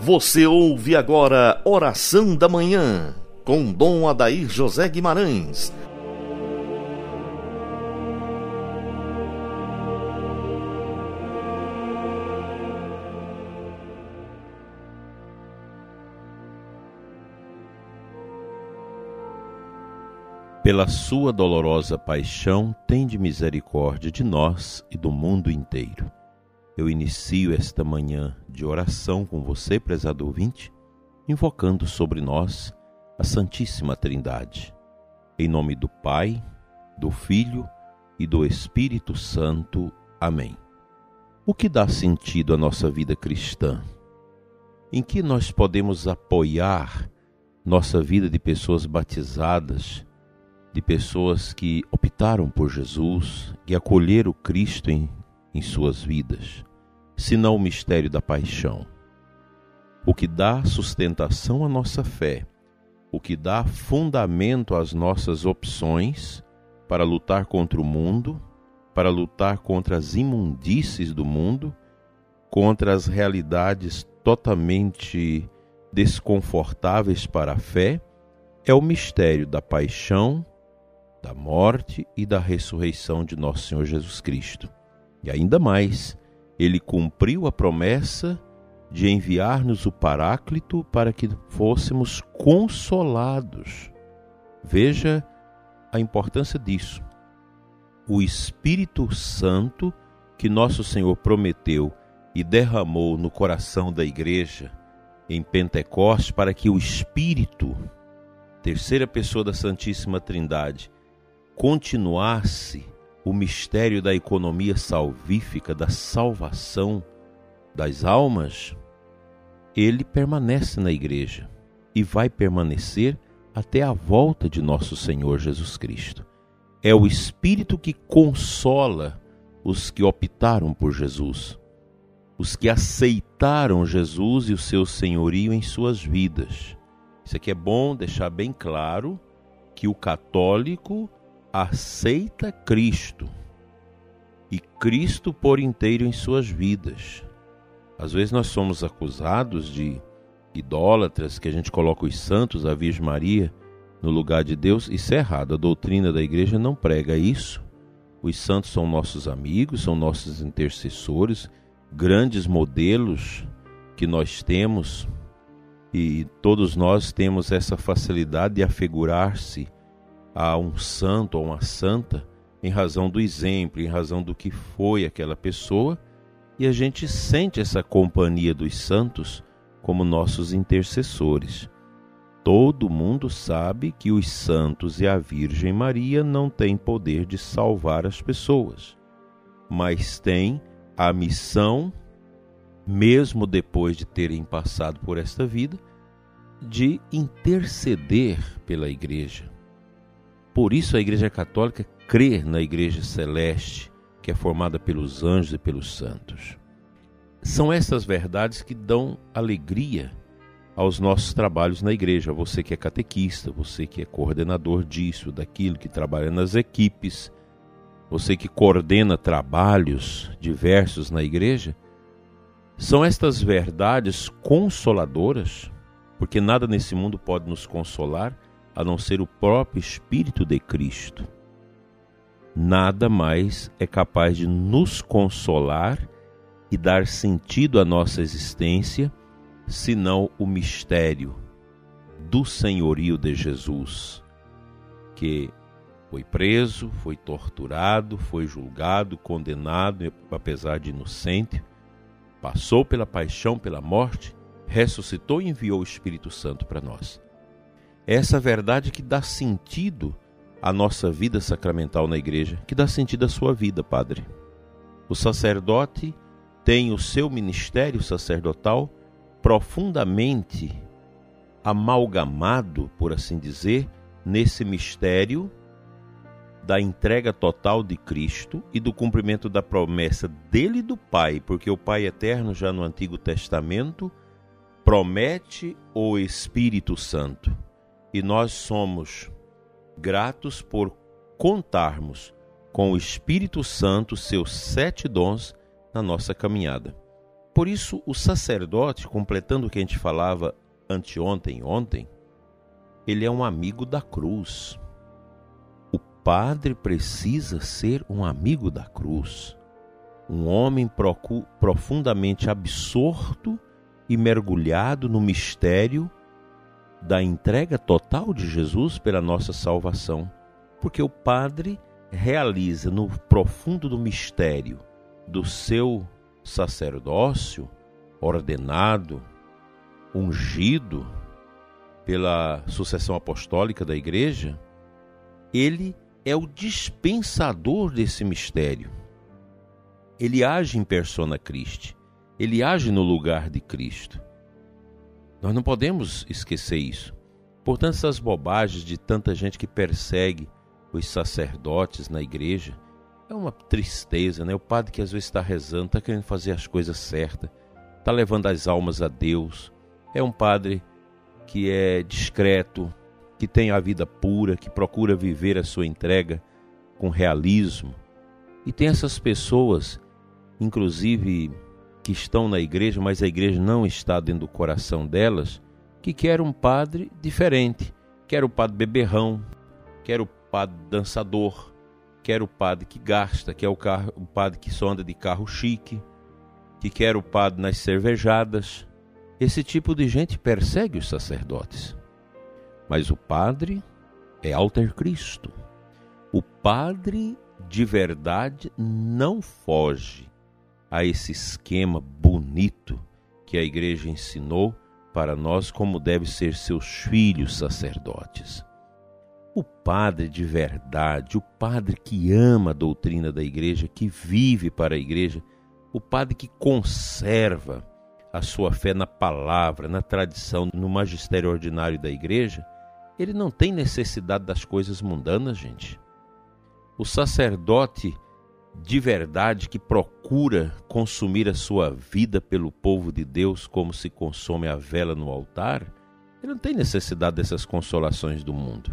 Você ouve agora Oração da Manhã, com Dom Adair José Guimarães. Pela sua dolorosa paixão, tende misericórdia de nós e do mundo inteiro. Eu inicio esta manhã de oração com você, prezado ouvinte, invocando sobre nós a Santíssima Trindade. Em nome do Pai, do Filho e do Espírito Santo. Amém. O que dá sentido à nossa vida cristã? Em que nós podemos apoiar nossa vida de pessoas batizadas, de pessoas que optaram por Jesus, que acolheram Cristo em suas vidas, senão o mistério da paixão? O que dá sustentação à nossa fé, o que dá fundamento às nossas opções para lutar contra o mundo, para lutar contra as imundícies do mundo, contra as realidades totalmente desconfortáveis para a fé, é o mistério da paixão, da morte e da ressurreição de nosso Senhor Jesus Cristo. E ainda mais, Ele cumpriu a promessa de enviar-nos o Paráclito para que fôssemos consolados. Veja a importância disso. O Espírito Santo que nosso Senhor prometeu e derramou no coração da igreja em Pentecostes, para que o Espírito, terceira pessoa da Santíssima Trindade, continuasse o mistério da economia salvífica, da salvação das almas. Ele permanece na igreja e vai permanecer até a volta de nosso Senhor Jesus Cristo. É o Espírito que consola os que optaram por Jesus, os que aceitaram Jesus e o seu senhorio em suas vidas. Isso aqui é bom deixar bem claro, que o católico aceita Cristo e Cristo por inteiro em suas vidas. Às vezes nós somos acusados de idólatras, que a gente coloca os santos, a Virgem Maria, no lugar de Deus. Isso é errado, a doutrina da igreja não prega isso. Os santos são nossos amigos, são nossos intercessores, grandes modelos que nós temos, e todos nós temos essa facilidade de afigurar-se a um santo ou uma santa em razão do exemplo, em razão do que foi aquela pessoa, e a gente sente essa companhia dos santos como nossos intercessores. Todo mundo sabe que os santos e a Virgem Maria não têm poder de salvar as pessoas, mas têm a missão, mesmo depois de terem passado por esta vida, de interceder pela igreja. Por isso a Igreja Católica crê na Igreja Celeste, que é formada pelos anjos e pelos santos. São essas verdades que dão alegria aos nossos trabalhos na igreja. Você que é catequista, você que é coordenador disso, daquilo, que trabalha nas equipes, você que coordena trabalhos diversos na igreja, são estas verdades consoladoras, porque nada nesse mundo pode nos consolar a não ser o próprio Espírito de Cristo. Nada mais é capaz de nos consolar e dar sentido à nossa existência, senão o mistério do senhorio de Jesus, que foi preso, foi torturado, foi julgado, condenado, apesar de inocente, passou pela paixão, pela morte, ressuscitou e enviou o Espírito Santo para nós. Essa verdade que dá sentido à nossa vida sacramental na igreja, que dá sentido à sua vida, padre. O sacerdote tem o seu ministério sacerdotal profundamente amalgamado, por assim dizer, nesse mistério da entrega total de Cristo e do cumprimento da promessa dele e do Pai, porque o Pai eterno, já no Antigo Testamento, promete o Espírito Santo. E nós somos gratos por contarmos com o Espírito Santo, seus 7 dons, na nossa caminhada. Por isso, o sacerdote, completando o que a gente falava anteontem e ontem, ele é um amigo da cruz. O padre precisa ser um amigo da cruz. Um homem profundamente absorto e mergulhado no mistério da entrega total de Jesus pela nossa salvação. Porque o padre realiza no profundo do mistério do seu sacerdócio, ordenado, ungido pela sucessão apostólica da Igreja, ele é o dispensador desse mistério. Ele age em persona Christi, ele age no lugar de Cristo. Nós não podemos esquecer isso. Portanto, essas bobagens de tanta gente que persegue os sacerdotes na igreja, é uma tristeza, né? O padre que às vezes está rezando, está querendo fazer as coisas certas, está levando as almas a Deus. É um padre que é discreto, que tem a vida pura, que procura viver a sua entrega com realismo. E tem essas pessoas, inclusive, que estão na igreja, mas a igreja não está dentro do coração delas, que quer um padre diferente. Quer o padre beberrão, quer o padre dançador, quer o padre que gasta, quer o padre que só anda de carro chique, que quer o padre nas cervejadas. Esse tipo de gente persegue os sacerdotes. Mas o padre é alter Cristo. O padre de verdade não foge a esse esquema bonito que a igreja ensinou para nós como devem ser seus filhos sacerdotes. O padre de verdade, o padre que ama a doutrina da igreja, que vive para a igreja, o padre que conserva a sua fé na palavra, na tradição, no magistério ordinário da igreja, ele não tem necessidade das coisas mundanas, gente. O sacerdote de verdade que procura consumir a sua vida pelo povo de Deus como se consome a vela no altar, ele não tem necessidade dessas consolações do mundo.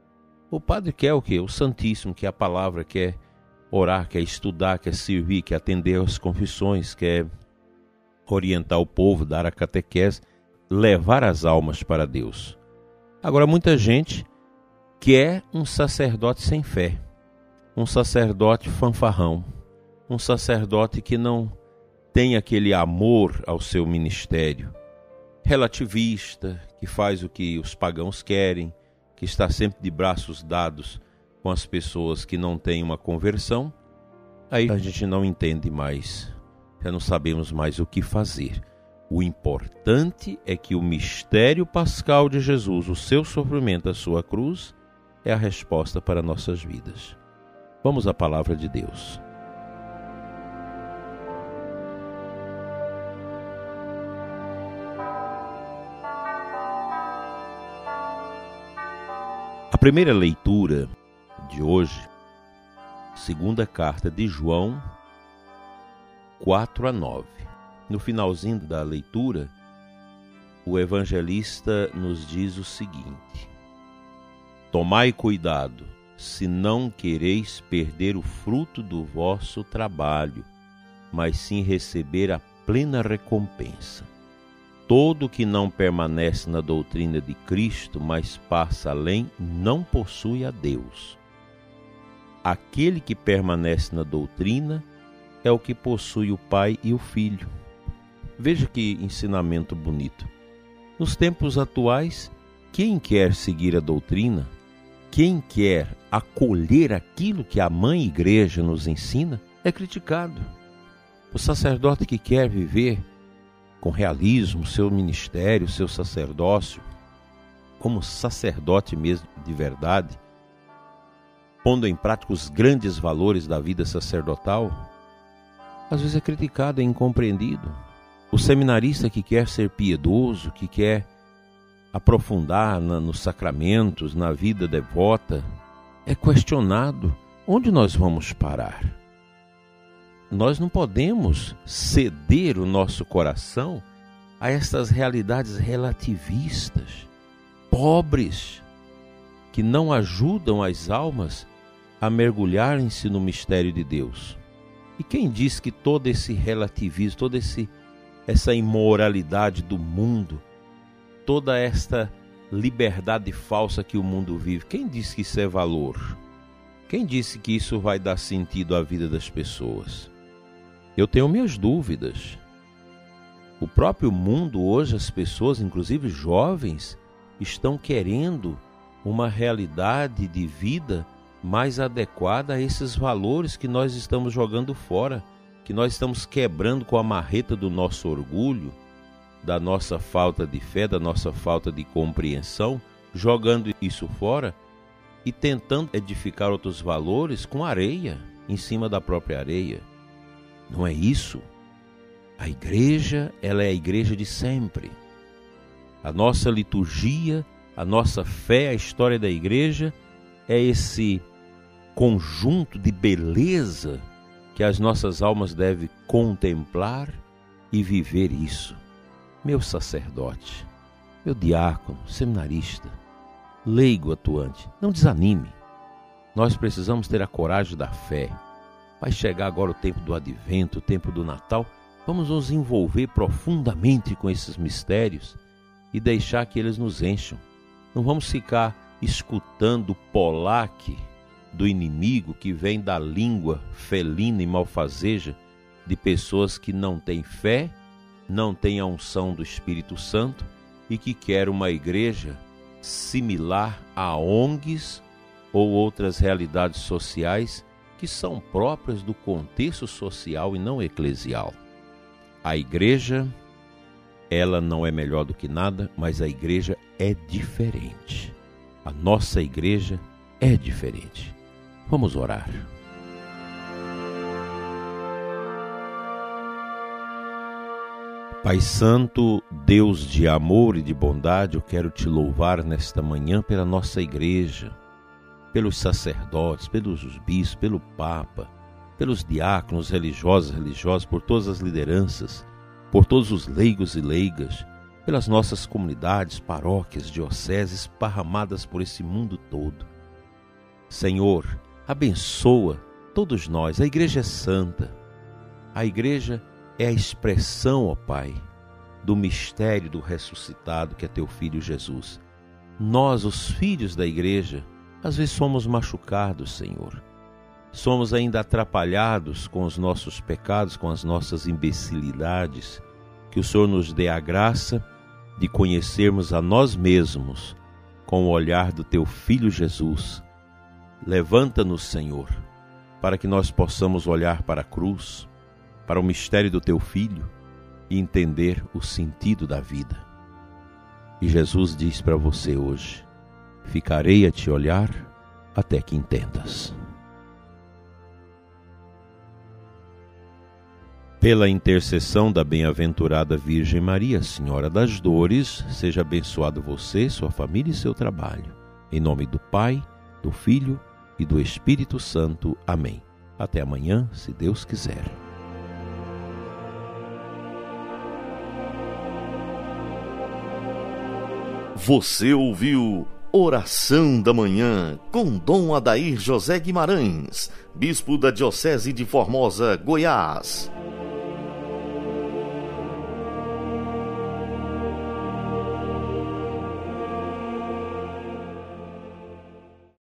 O padre quer o quê? O Santíssimo, quer a palavra, quer orar, quer estudar, quer servir, quer atender às confissões, quer orientar o povo, dar a catequese, levar as almas para Deus. Agora, muita gente quer um sacerdote sem fé, um sacerdote fanfarrão, um sacerdote que não tem aquele amor ao seu ministério, relativista, que faz o que os pagãos querem, que está sempre de braços dados com as pessoas que não têm uma conversão. Aí a gente não entende mais, já não sabemos mais o que fazer. O importante é que o mistério pascal de Jesus, o seu sofrimento, a sua cruz, é a resposta para nossas vidas. Vamos à palavra de Deus. A primeira leitura de hoje, segunda carta de João 4-9. No finalzinho da leitura, o evangelista nos diz o seguinte: tomai cuidado, se não quereis perder o fruto do vosso trabalho, mas sim receber a plena recompensa. Todo que não permanece na doutrina de Cristo, mas passa além, não possui a Deus. Aquele que permanece na doutrina é o que possui o Pai e o Filho. Veja que ensinamento bonito. Nos tempos atuais, quem quer seguir a doutrina, quem quer acolher aquilo que a Mãe Igreja nos ensina, é criticado. O sacerdote que quer viver com realismo seu ministério, seu sacerdócio, como sacerdote mesmo de verdade, pondo em prática os grandes valores da vida sacerdotal, às vezes é criticado, é incompreendido. O seminarista que quer ser piedoso, que quer aprofundar nos sacramentos, na vida devota, é questionado. Onde nós vamos parar? Nós não podemos ceder o nosso coração a essas realidades relativistas, pobres, que não ajudam as almas a mergulharem-se no mistério de Deus. E quem diz que todo esse relativismo, todo esse essa imoralidade do mundo, toda esta liberdade falsa que o mundo vive. Quem disse que isso é valor? Quem disse que isso vai dar sentido à vida das pessoas? Eu tenho minhas dúvidas. O próprio mundo hoje, as pessoas, inclusive jovens, estão querendo uma realidade de vida mais adequada a esses valores que nós estamos jogando fora, que nós estamos quebrando com a marreta do nosso orgulho, da nossa falta de fé, da nossa falta de compreensão, jogando isso fora e tentando edificar outros valores com areia, em cima da própria areia. Não é isso? A igreja, ela é a igreja de sempre. A nossa liturgia, a nossa fé, a história da igreja é esse conjunto de beleza que as nossas almas devem contemplar e viver isso. Meu sacerdote, meu diácono, seminarista, leigo atuante, não desanime. Nós precisamos ter a coragem da fé. Vai chegar agora o tempo do advento, o tempo do Natal. Vamos nos envolver profundamente com esses mistérios e deixar que eles nos encham. Não vamos ficar escutando o polaque do inimigo que vem da língua felina e malfazeja de pessoas que não têm fé, não têm a unção do Espírito Santo e que querem uma igreja similar a ONGs ou outras realidades sociais que são próprias do contexto social e não eclesial. A igreja, ela não é melhor do que nada, mas a igreja é diferente. A nossa igreja é diferente. Vamos orar. Pai Santo, Deus de amor e de bondade, eu quero te louvar nesta manhã pela nossa igreja, pelos sacerdotes, pelos bispos, pelo Papa, pelos diáconos, religiosos, por todas as lideranças, por todos os leigos e leigas, pelas nossas comunidades, paróquias, dioceses esparramadas por esse mundo todo. Senhor, abençoa todos nós. A igreja é santa. A igreja é a expressão, ó Pai, do mistério do ressuscitado que é teu Filho Jesus. Nós, os filhos da igreja, às vezes somos machucados, Senhor. Somos ainda atrapalhados com os nossos pecados, com as nossas imbecilidades. Que o Senhor nos dê a graça de conhecermos a nós mesmos com o olhar do teu Filho Jesus. Levanta-nos, Senhor, para que nós possamos olhar para a cruz, para o mistério do teu Filho e entender o sentido da vida. E Jesus diz para você hoje: ficarei a te olhar até que entendas. Pela intercessão da bem-aventurada Virgem Maria, Senhora das Dores, seja abençoado você, sua família e seu trabalho. Em nome do Pai, do Filho e do Espírito Santo. Amém. Até amanhã, se Deus quiser. Você ouviu Oração da Manhã com Dom Adair José Guimarães, Bispo da Diocese de Formosa, Goiás.